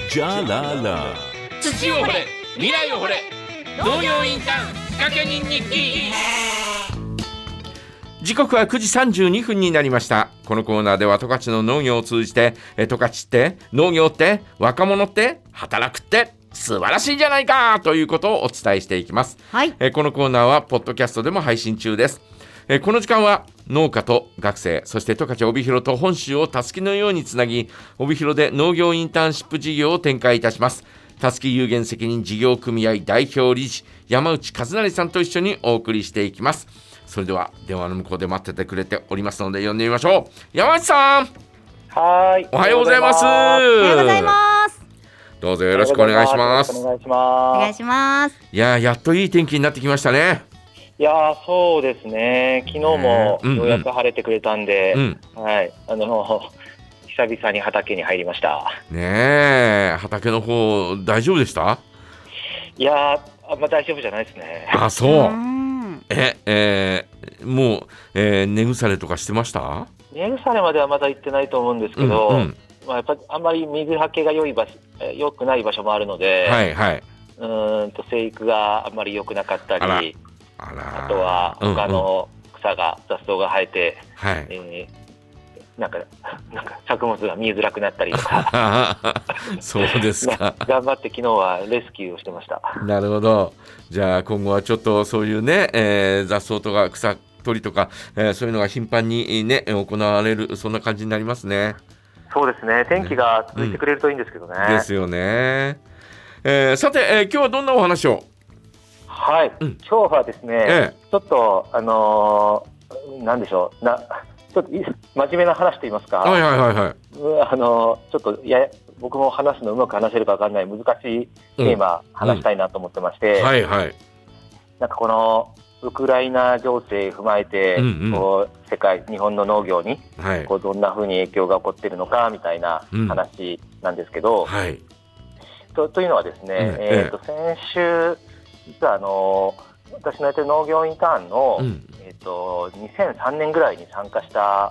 じゃらら土を掘れ未来を掘れ農業インターン仕掛け人日記。 時刻は9時32分になりました。このコーナーでは十勝の農業を通じて十勝って農業って若者って働くって素晴らしいじゃないかということをお伝えしていきます、 はい。 このコーナーはポッドキャストでも配信中です。この時間は農家と学生、そして十勝帯広と本州をたすきのようにつなぎ、帯広で農業インターンシップ事業を展開いたします。たすき有限責任事業組合代表理事山内和成さんと一緒にお送りしていきます。それでは電話の向こうで待っててくれておりますので呼んでみましょう。山内さん、 はい、 おはようございます。おおはようございます。 どうぞよろしくお願いします。 お願いしおます。 願いします。 いやっといい天気になってきましたね。 いやー、そうですね。昨日もうんうんようやく晴れてくれたんで、はい、久々に畑に入りました。 ねえ、畑の方大丈夫でした？ いやー、あんま大丈夫じゃないですね。 あ、そう。 ん。 もう、根腐れとかしてました？ 根腐れまではまだ行ってないと思うんですけど、やっぱりあんまり水はけが良くない場所もあるので、 はいはい。 生育があんまり良くなかったり、あとは他の草が、雑草が生えて、 はい、 なんか作物が見えづらくなったりとかそうですか。 頑張って昨日はレスキューをしてました。 なるほど。じゃあ今後はちょっとそういうね、雑草とか草取りとか、そういうのが頻繁にね行われる、そんな感じになりますね。 そうですね。天気が続いてくれるといいんですけどね。 ですよね。さて、今日はどんなお話を？ はい、今日はですね、ちょっとなんでしょう、ちょっと真面目な話と言いますか、 はいはいはいはい、 ちょっと僕も話すのうまく話せるか分かんない難しいテーマ、話したいなと思ってまして、 はいはい、 なんかこのウクライナ情勢踏まえて、こう日本の農業に、こうどんな風に影響が起こっているのかみたいな話なんですけど、というのはですね、先週実は私のやってる農業インターンの、2003年ぐらいに参加した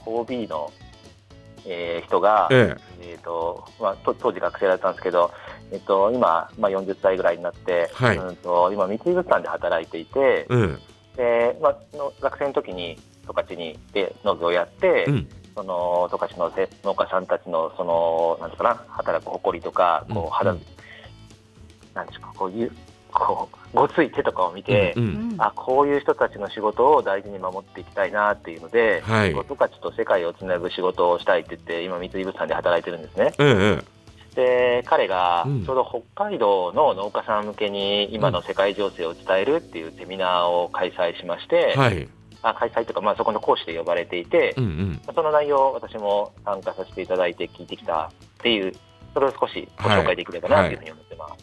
OB の、人が、当時学生だったんですけど、今、40歳ぐらいになって、今三井物産で働いていて、で学生の時に十勝にで農業をやって、その十勝の農家さんたちのそのなんていうかな、働く誇りとか、こうなんですか、こうごつい手とかを見て、こういう人たちの仕事を大事に守っていきたいなっていうので、十勝と世界をつなぐ仕事をしたいって言って今三井物産で働いてるんですね。で彼がちょうど北海道の農家さん向けに今の世界情勢を伝えるっていうセミナーを開催しまして、開催というか、そこの講師で呼ばれていて、その内容を私も参加させていただいて聞いてきたっていう、それを少しご紹介できればなというふうに思ってます。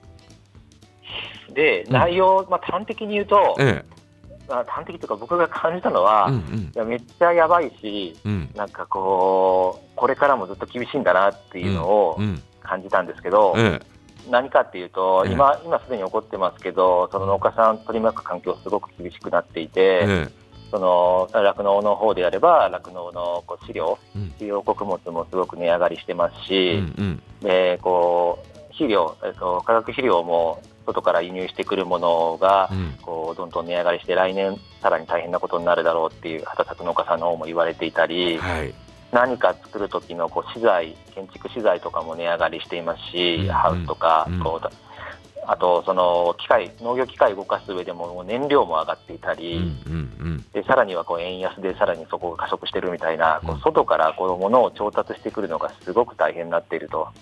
で、内容、端的に言うと、端的というか僕が感じたのは、いやめっちゃやばいし、なんかこれからもずっと厳しいんだなっていうのを感じたんですけど、何かっていうと、今すでに起こってますけど、その農家さん取り巻く環境すごく厳しくなっていて、その酪農の方であれば酪農の飼料穀物もすごく値上がりしてますし、で肥料、化学肥料も外から輸入してくるものがどんどん値上がりして、来年さらに大変なことになるだろうっていう畑作農家さんの方も言われていたり、何か作る時の資材、建築資材とかも値上がりしていますし、ハウスとか、あとその農業機械を動かす上でも燃料も上がっていたり、でさらには円安でさらにそこが加速しているみたいな、外から物を調達してくるのがすごく大変になっていると。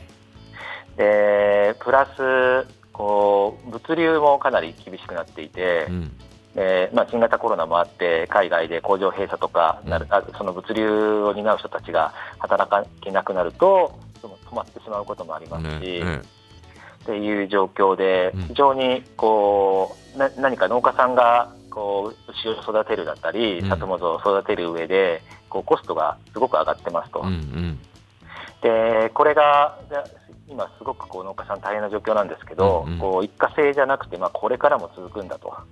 でプラス物流もかなり厳しくなっていて、新型コロナもあって海外で工場閉鎖とかその物流を担う人たちが働けなくなると止まってしまうこともありますし、っていう状況で非常に何か農家さんが牛を育てるだったり作物を育てる上でコストがすごく上がってますと。でこれが今すごく農家さん大変な状況なんですけど、一過性じゃなくて、これからも続くんだと、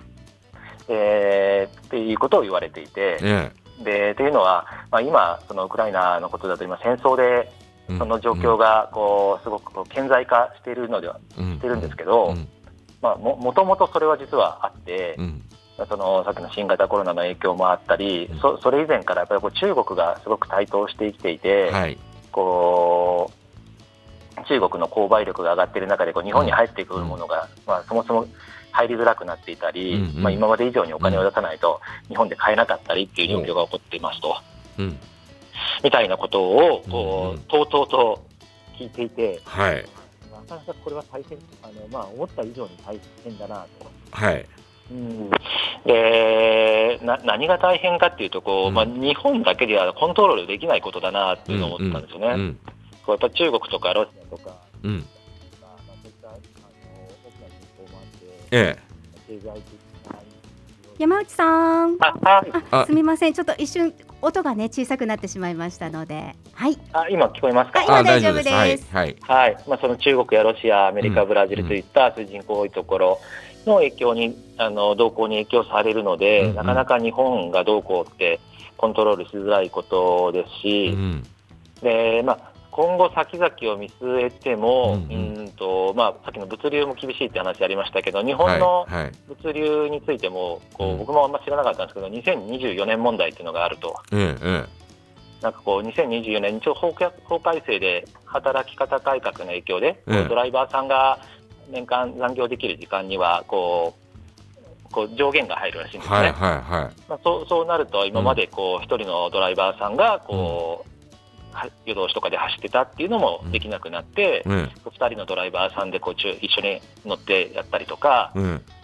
っていうことを言われていて、でというのは、今そのウクライナのことだと今戦争で、 その状況がすごく顕在化しているのでは、してるんですけど、もともとそれは実はあって、さっきの新型コロナの影響もあったり、それ以前からやっぱり中国がすごく台頭してきていて、中国の購買力が上がっている中で日本に入ってくるものが、そもそも入りづらくなっていたり、今まで以上にお金を出さないと日本で買えなかったりっていう状況が起こっていますと、みたいなことをとうとうと聞いていて、なかなかこれは大変、思った以上に大変だなと。で何が大変かっていうと日本だけではコントロールできないことだなっていうのを思ったんですよね。やっぱ中国とかロシアとか、そういった大きな人口もあって、経済的な山内さん、すみません、ちょっと一瞬音がね小さくなってしまいましたので、 今聞こえますか？ 今大丈夫です。 その中国やロシア、アメリカ、ブラジルといった人口多いところの影響に動向に影響されるので、なかなか日本がどうこうってコントロールしづらいことですし、で今後先々を見据えても、さっきの物流も厳しいって話ありましたけど、日本の物流についても僕もあんま知らなかったんですけど、2024年問題っていうのがあると。なんか2024年一応法改正で働き方改革の影響で、ドライバーさんが年間残業できる時間には上限が入るらしいんですね。そうなると今まで一人のドライバーさんが夜通しとかで走ってたっていうのもできなくなって、2人のドライバーさんで一緒に乗ってやったりとか、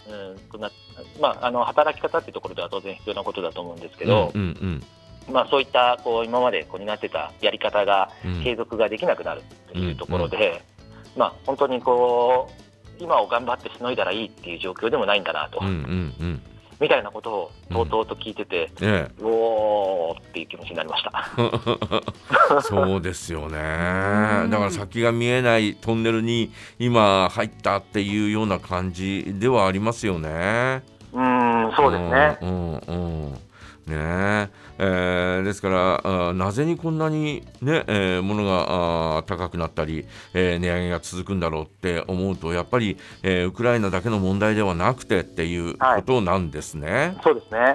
働き方っていうところでは当然必要なことだと思うんですけど、そういった今まで担ってたやり方が継続ができなくなるというところで、本当に今を頑張ってしのいだらいいっていう状況でもないんだなと。みたいなことをとうとうと聞いてて、おーっていう気持ちになりました。 そうですよね。だから先が見えないトンネルに今入ったっていうような感じではありますよね。 そうですね。 ですからなぜにこんなに、物が高くなったり、値上げが続くんだろうって思うと、やっぱり、ウクライナだけの問題ではなくてっていうことなんですね。 そうですね。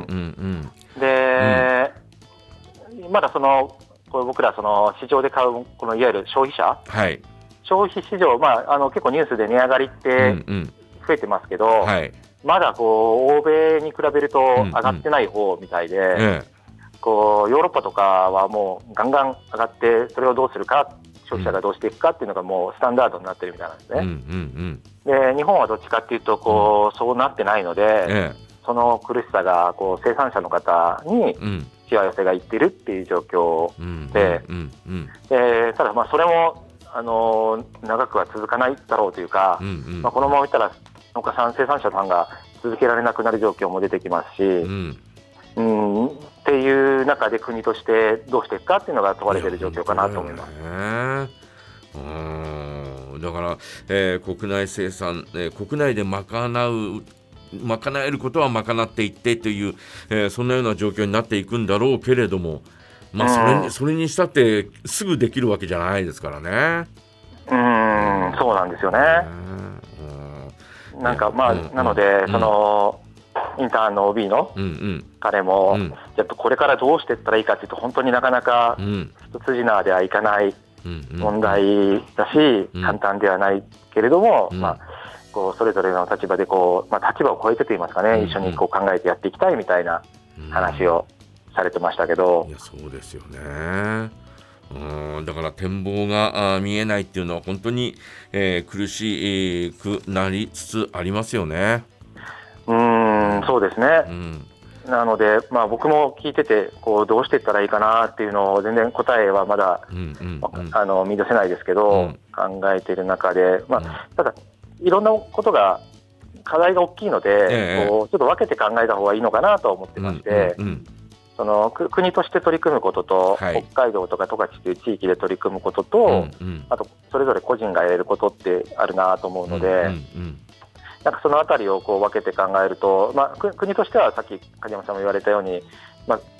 で、まだ僕ら市場で買ういわゆる消費者、消費市場、結構ニュースで値上がりって増えてますけど、まだ欧米に比べると上がってない方みたいで、ヨーロッパとかはもうガンガン上がって、それをどうするか、消費者がどうしていくかっていうのがもうスタンダードになってるみたいなんですね。で日本はどっちかっていうとそうなってないので、その苦しさが生産者の方にしわ寄せがいっているっていう状況で、ただそれも長くは続かないだろうというか、このままいったら農家さん、生産者さんが続けられなくなる状況も出てきますし、っていう中で国としてどうしていくかっていうのが問われている状況かなと思います。 だから、国内生産、国内で賄えることは賄っていってという、そんなような状況になっていくんだろうけれども、それにしたってすぐできるわけじゃないですからね。 そうなんですよね。なので、インターンの OB の彼も、やっぱこれからどうしていったらいいかというと、本当になかなか一筋縄ではいかない問題だし、簡単ではないけれども、それぞれの立場で立場を超えてといいますかね、一緒に考えてやっていきたいみたいな話をされてましたけど。 いや、そうですよね。だから展望が見えないっていうのは本当に、苦しくなりつつありますよね。 そうですね。なので、僕も聞いててどうしていったらいいかなっていうのを全然答えはまだ見出せないですけど、考えている中で、ただいろんなことが課題が大きいので、ちょっと分けて考えた方がいいのかなと思ってまして、国として取り組むことと、北海道とか十勝という地域で取り組むことと、あとそれぞれ個人がやれることってあるなと思うので、なんかそのあたりを分けて考えると、国としてはさっき梶山さんも言われたように、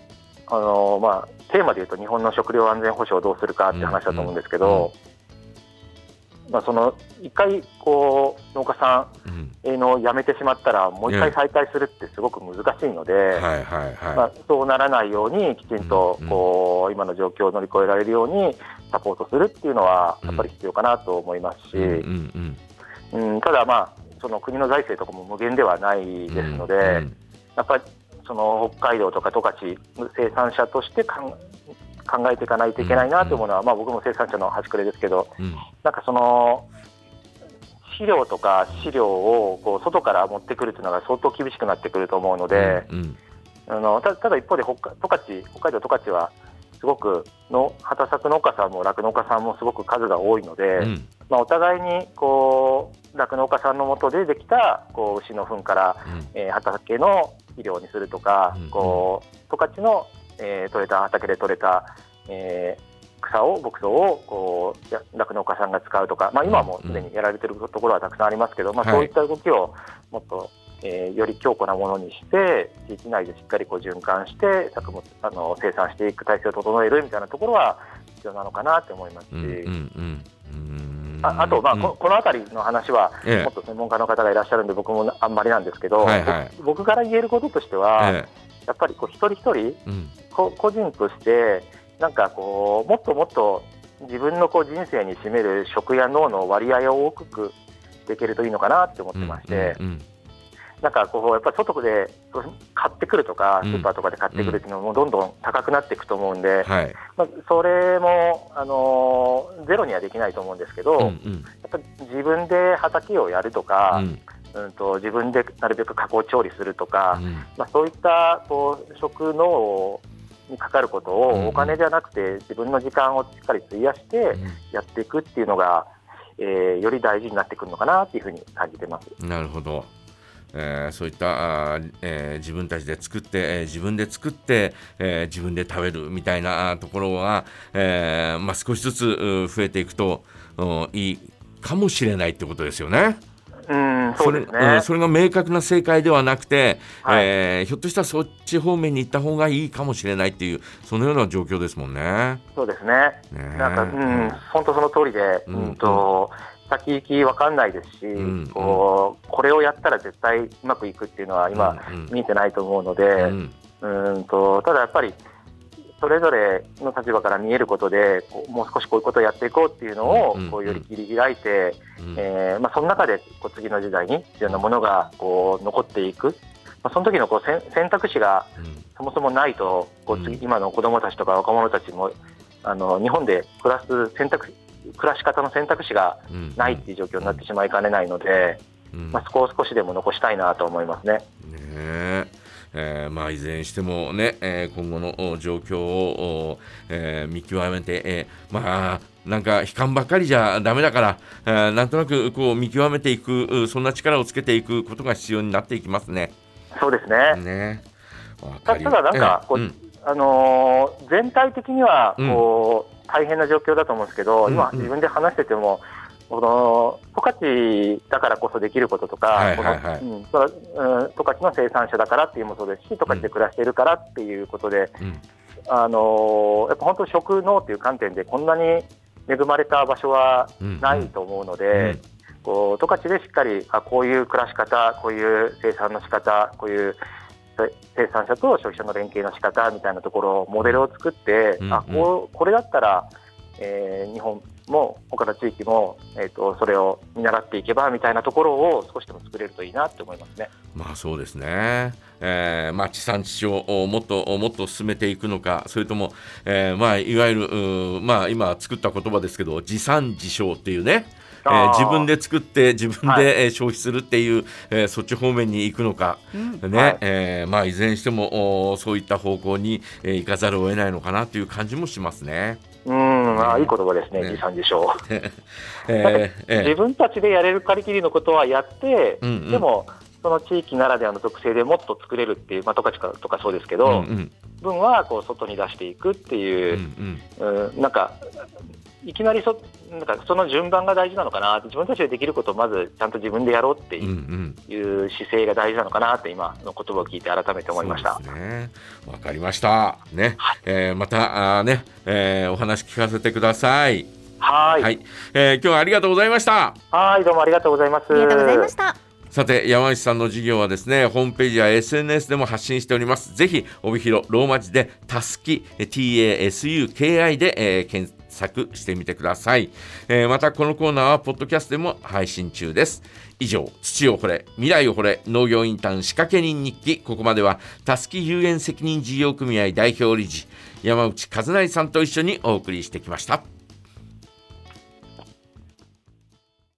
テーマでいうと日本の食料安全保障をどうするかって話だと思うんですけど、その一回こう農家さんの辞めてしまったらもう一回再開するってすごく難しいので、そうならないようにきちんとこう今の状況を乗り越えられるようにサポートするっていうのはやっぱり必要かなと思いますし、ただその国の財政とかも無限ではないですので、やっぱりその北海道とか十勝生産者として考えていかないといけないなと思うのは、僕も生産者の端くれですけど、なんかその肥料とか飼料をこう外から持ってくるというのが相当厳しくなってくると思うので、ただ一方で北海道十勝はすごく畑作農家さんも酪農家さんもすごく数が多いので、お互いにこう酪農家さんの下でできたこう牛の糞から、畑の肥料にするとか、こう十勝の、畑で採れた、牧草をこう酪農家さんが使うとか、今はもうすでにやられているところはたくさんありますけど、そういった動きをもっと、より強固なものにして地域内でしっかりこう循環して生産していく体制を整えるみたいなところは必要なのかなと思いますし、あと、この辺りの話はもっと専門家の方がいらっしゃるんで僕もあんまりなんですけど、僕から言えることとしては、やっぱりこう一人一人、個人としてなんかこうもっともっと自分のこう人生に占める食や農の割合を大きくできるといいのかなって思ってまして、なんかこうやっぱり外で買ってくるとか、スーパーとかで買ってくるっていうのもどんどん高くなっていくと思うんで、それもゼロにはできないと思うんですけど、やっぱり自分で畑をやるとか、自分でなるべく加工調理するとか、そういったこう食農にかかることをお金じゃなくて自分の時間をしっかり費やしてやっていくっていうのが、より大事になってくるのかなというふうに感じてます。 なるほど。そういった自分たちで作って、自分で作って、自分で食べるみたいなところが、少しずつ増えていくといいかもしれないってことですよね。 そうですね。 それが明確な正解ではなくて、ひょっとしたらそっち方面に行った方がいいかもしれないっていうそのような状況ですもんね。 そうですね。なんか、本当その通りで、先行き分かんないですし、これをやったら絶対うまくいくっていうのは今、見えてないと思うので、ただやっぱりそれぞれの立場から見えることでもう少しこういうことをやっていこうっていうのをこうより切り開いて、その中で次の時代に必要なものがこう残っていく、その時のこう選択肢がそもそもないと今の子どもたちとか若者たちも日本で暮らし方の選択肢がないっていう状況になってしまいかねないので、少しでも残したいなと思いますね。 いずれにしてもね、今後の状況を、見極めて、なんか悲観ばっかりじゃダメだから、なんとなくこう見極めていく、そんな力をつけていくことが必要になっていきますね。 そうですね。ただなんか全体的には大変な状況だと思うんですけど、今自分で話してても十勝だからこそできることとか、十勝の生産者だからっていうのもそうですし、十勝で暮らしているからっていうことで、やっぱ本当に食農という観点でこんなに恵まれた場所はないと思うので、十勝でしっかりこういう暮らし方、こういう生産の仕方、こういう生産者と消費者の連携の仕方みたいなところモデルを作って、これだったら、日本も他の地域も、それを見習っていけばみたいなところを少しでも作れるといいなと思いますね。 そうですね。地産地消をもっと進めていくのか、それとも、いわゆる今作った言葉ですけど、自産自消っていうね、自分で作って自分で、消費するっていう、そっち方面に行くのか、いずれにしてもそういった方向に、行かざるを得ないのかなという感じもしますね。 いい言葉ですね、自産自消。自分たちでやれる借り切りのことはやって、でもその地域ならではの特性でもっと作れるっていう、十勝とかそうですけど、分はこう外に出していくっていう、なんかいきなりなんかその順番が大事なのかなって、自分たちでできることをまずちゃんと自分でやろうっていう姿勢が大事なのかなって今の言葉を聞いて改めて思いました。 そうですね、わかりましたね。またね、お話聞かせてください。 はい、 今日はありがとうございました。 はい、どうもありがとうございます。 ありがとうございました。 さて、山内さんの事業はですね、ホームページや SNS でも発信しております。ぜひ帯広ローマ字でたすき TASUKI で、検索してみてください。またこのコーナーはポッドキャストでも配信中です。以上、土を掘れ未来を掘れ農業インターン仕掛け人日記。ここまではたすき有限責任事業組合代表理事山内和成さんと一緒にお送りしてきました。